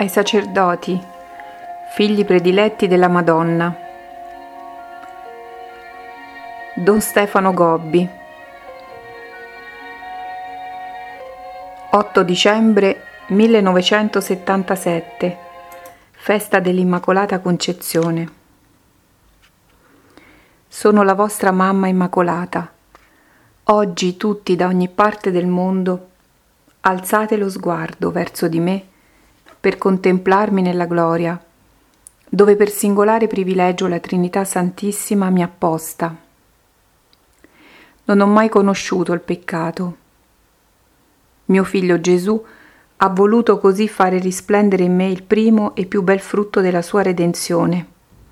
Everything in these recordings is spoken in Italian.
ai sacerdoti, figli prediletti della Madonna. Don Stefano Gobbi. 8 dicembre 1977, festa dell'Immacolata Concezione. Sono la vostra mamma immacolata. Oggi tutti da ogni parte del mondo alzate lo sguardo verso di me per contemplarmi nella gloria, dove per singolare privilegio la Trinità Santissima mi apposta. Non ho mai conosciuto il peccato. Mio figlio Gesù ha voluto così fare risplendere in me il primo e più bel frutto della sua redenzione.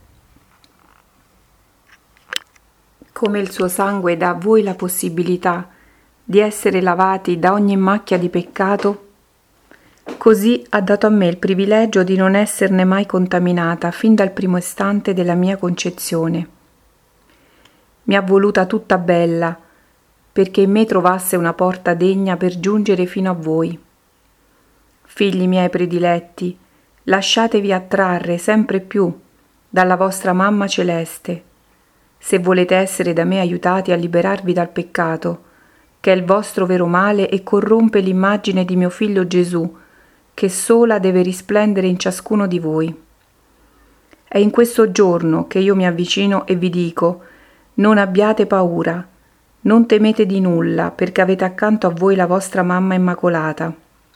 Come il suo sangue dà a voi la possibilità di essere lavati da ogni macchia di peccato, così ha dato a me il privilegio di non esserne mai contaminata fin dal primo istante della mia concezione. Mi ha voluta tutta bella, perché in me trovasse una porta degna per giungere fino a voi. Figli miei prediletti, lasciatevi attrarre sempre più dalla vostra mamma celeste, se volete essere da me aiutati a liberarvi dal peccato, che è il vostro vero male e corrompe l'immagine di mio figlio Gesù, che sola deve risplendere in ciascuno di voi. È in questo giorno che io mi avvicino e vi dico: non abbiate paura, non temete di nulla, perché avete accanto a voi la vostra mamma immacolata.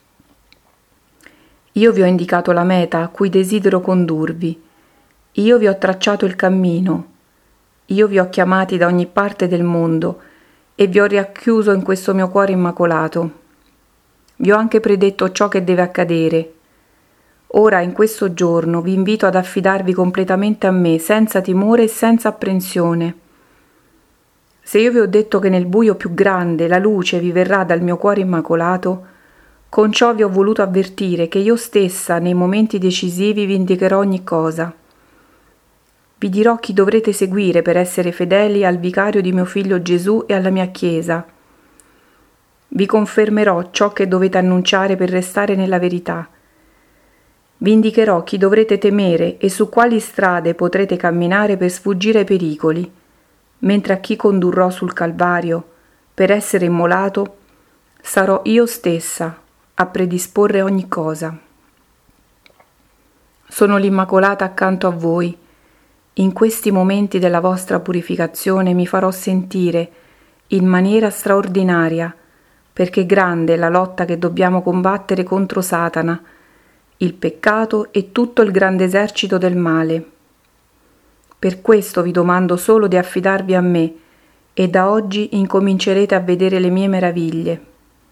Io vi ho indicato la meta a cui desidero condurvi. Io vi ho tracciato il cammino. Io vi ho chiamati da ogni parte del mondo e vi ho racchiuso in questo mio cuore immacolato. Vi ho anche predetto ciò che deve accadere. Ora, in questo giorno, vi invito ad affidarvi completamente a me, senza timore e senza apprensione. Se io vi ho detto che nel buio più grande la luce vi verrà dal mio cuore immacolato, con ciò vi ho voluto avvertire che io stessa, nei momenti decisivi, vi indicherò ogni cosa. Vi dirò chi dovrete seguire per essere fedeli al vicario di mio figlio Gesù e alla mia Chiesa. Vi confermerò ciò che dovete annunciare per restare nella verità. Vi indicherò chi dovrete temere e su quali strade potrete camminare per sfuggire ai pericoli, mentre a chi condurrò sul Calvario per essere immolato sarò io stessa a predisporre ogni cosa. Sono l'Immacolata accanto a voi. In questi momenti della vostra purificazione mi farò sentire in maniera straordinaria, perché grande è la lotta che dobbiamo combattere contro Satana, il peccato e tutto il grande esercito del male. Per questo vi domando solo di affidarvi a me e da oggi incomincerete a vedere le mie meraviglie.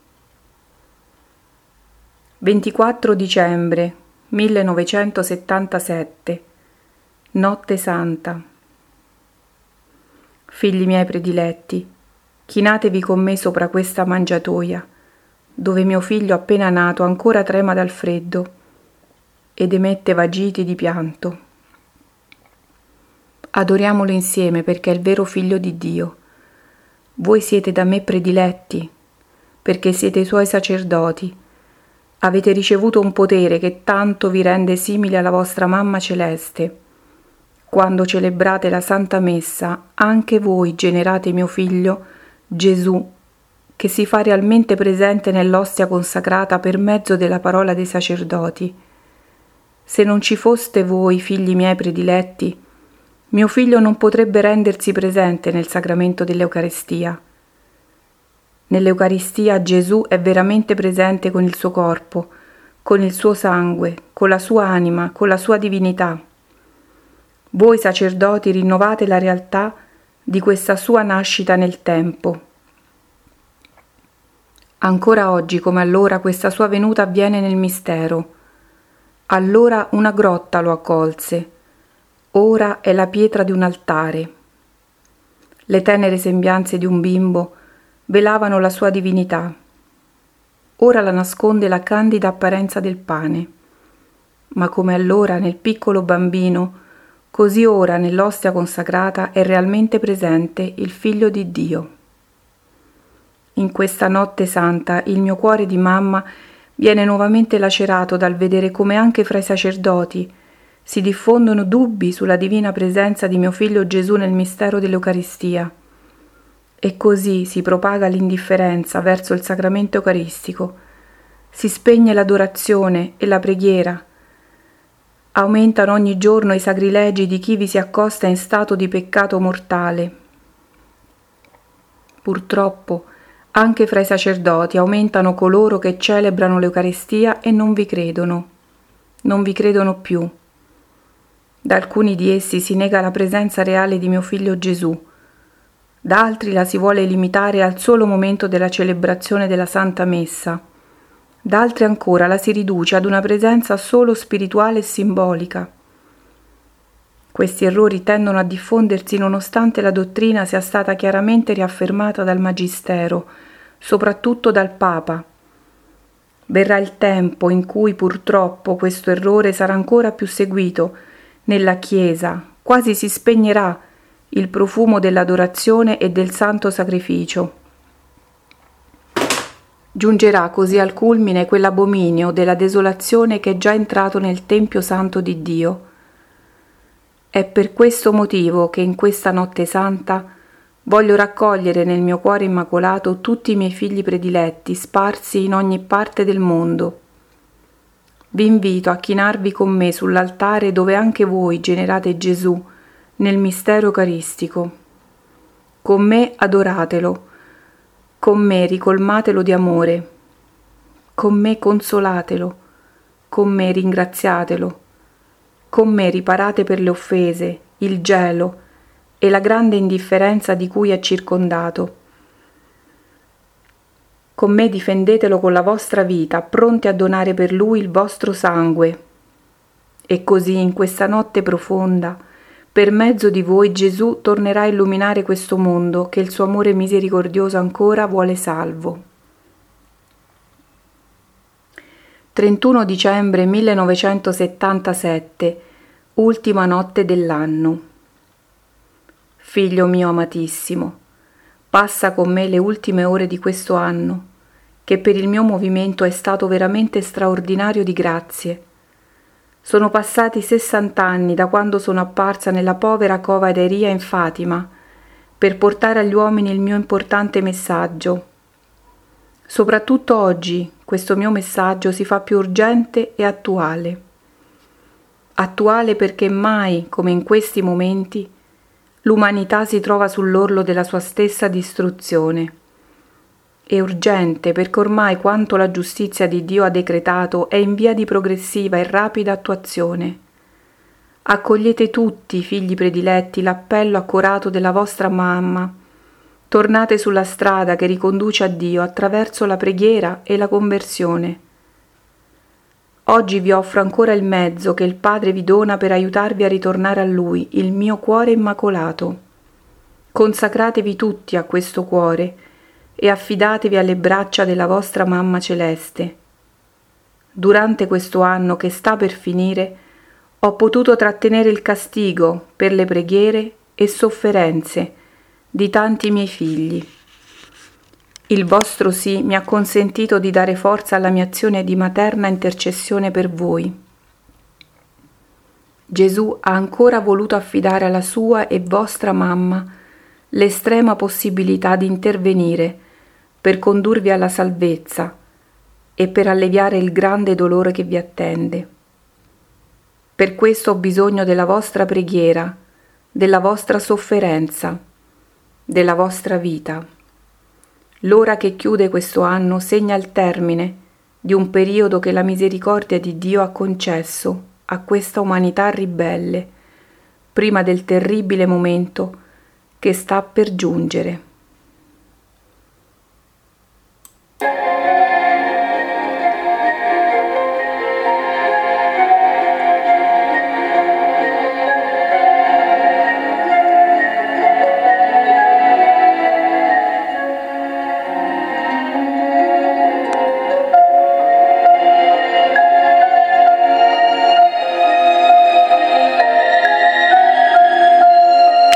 24 dicembre 1977, Notte Santa. Figli miei prediletti, chinatevi con me sopra questa mangiatoia, dove mio figlio appena nato ancora trema dal freddo ed emette vagiti di pianto. Adoriamolo insieme perché è il vero figlio di Dio. Voi siete da me prediletti, perché siete i suoi sacerdoti. Avete ricevuto un potere che tanto vi rende simili alla vostra mamma celeste. Quando celebrate la Santa Messa, anche voi generate mio figlio Gesù, che si fa realmente presente nell'ostia consacrata per mezzo della parola dei sacerdoti. Se non ci foste voi, figli miei prediletti, mio figlio non potrebbe rendersi presente nel sacramento dell'Eucaristia. Nell'Eucaristia Gesù è veramente presente con il suo corpo, con il suo sangue, con la sua anima, con la sua divinità. Voi sacerdoti rinnovate la realtà di questa sua nascita nel tempo. Ancora oggi come allora questa sua venuta avviene nel mistero. Allora una grotta lo accolse, ora è la pietra di un altare. Le tenere sembianze di un bimbo velavano la sua divinità. Ora la nasconde la candida apparenza del pane. Ma come allora nel piccolo bambino, così ora nell'ostia consacrata è realmente presente il Figlio di Dio. In questa notte santa il mio cuore di mamma viene nuovamente lacerato dal vedere come anche fra i sacerdoti si diffondono dubbi sulla divina presenza di mio figlio Gesù nel mistero dell'Eucaristia. E così si propaga l'indifferenza verso il sacramento eucaristico, si spegne l'adorazione e la preghiera, aumentano ogni giorno i sacrilegi di chi vi si accosta in stato di peccato mortale. Purtroppo, anche fra i sacerdoti aumentano coloro che celebrano l'Eucaristia e non vi credono più. Da alcuni di essi si nega la presenza reale di mio figlio Gesù, da altri la si vuole limitare al solo momento della celebrazione della Santa Messa, da altri ancora la si riduce ad una presenza solo spirituale e simbolica. Questi errori tendono a diffondersi nonostante la dottrina sia stata chiaramente riaffermata dal Magistero, soprattutto dal Papa. Verrà il tempo in cui purtroppo questo errore sarà ancora più seguito nella Chiesa, quasi si spegnerà il profumo dell'adorazione e del santo sacrificio. Giungerà così al culmine quell'abominio della desolazione che è già entrato nel Tempio Santo di Dio. È per questo motivo che in questa notte santa voglio raccogliere nel mio cuore immacolato tutti i miei figli prediletti sparsi in ogni parte del mondo. Vi invito a chinarvi con me sull'altare dove anche voi generate Gesù nel mistero eucaristico. Con me adoratelo, con me ricolmatelo di amore, con me consolatelo, con me ringraziatelo, con me riparate per le offese, il gelo e la grande indifferenza di cui è circondato. Con me difendetelo con la vostra vita, pronti a donare per lui il vostro sangue. E così in questa notte profonda, per mezzo di voi Gesù tornerà a illuminare questo mondo che il suo amore misericordioso ancora vuole salvo. 31 dicembre 1977, ultima notte dell'anno. Figlio mio amatissimo, passa con me le ultime ore di questo anno, che per il mio movimento è stato veramente straordinario di grazie. Sono passati 60 anni da quando sono apparsa nella povera cova d'Eria in Fatima per portare agli uomini il mio importante messaggio. Soprattutto oggi questo mio messaggio si fa più urgente e attuale. Attuale perché mai, come in questi momenti, l'umanità si trova sull'orlo della sua stessa distruzione. È urgente perché ormai quanto la giustizia di Dio ha decretato è in via di progressiva e rapida attuazione. Accogliete tutti, figli prediletti, l'appello accorato della vostra mamma. Tornate sulla strada che riconduce a Dio attraverso la preghiera e la conversione. Oggi vi offro ancora il mezzo che il Padre vi dona per aiutarvi a ritornare a Lui, il mio cuore immacolato. Consacratevi tutti a questo cuore e affidatevi alle braccia della vostra Mamma Celeste. Durante questo anno che sta per finire, ho potuto trattenere il castigo per le preghiere e sofferenze di tanti miei figli. Il vostro sì mi ha consentito di dare forza alla mia azione di materna intercessione per voi. Gesù ha ancora voluto affidare alla sua e vostra mamma l'estrema possibilità di intervenire per condurvi alla salvezza e per alleviare il grande dolore che vi attende. Per questo ho bisogno della vostra preghiera, della vostra sofferenza, della vostra vita. L'ora che chiude questo anno segna il termine di un periodo che la misericordia di Dio ha concesso a questa umanità ribelle, prima del terribile momento che sta per giungere.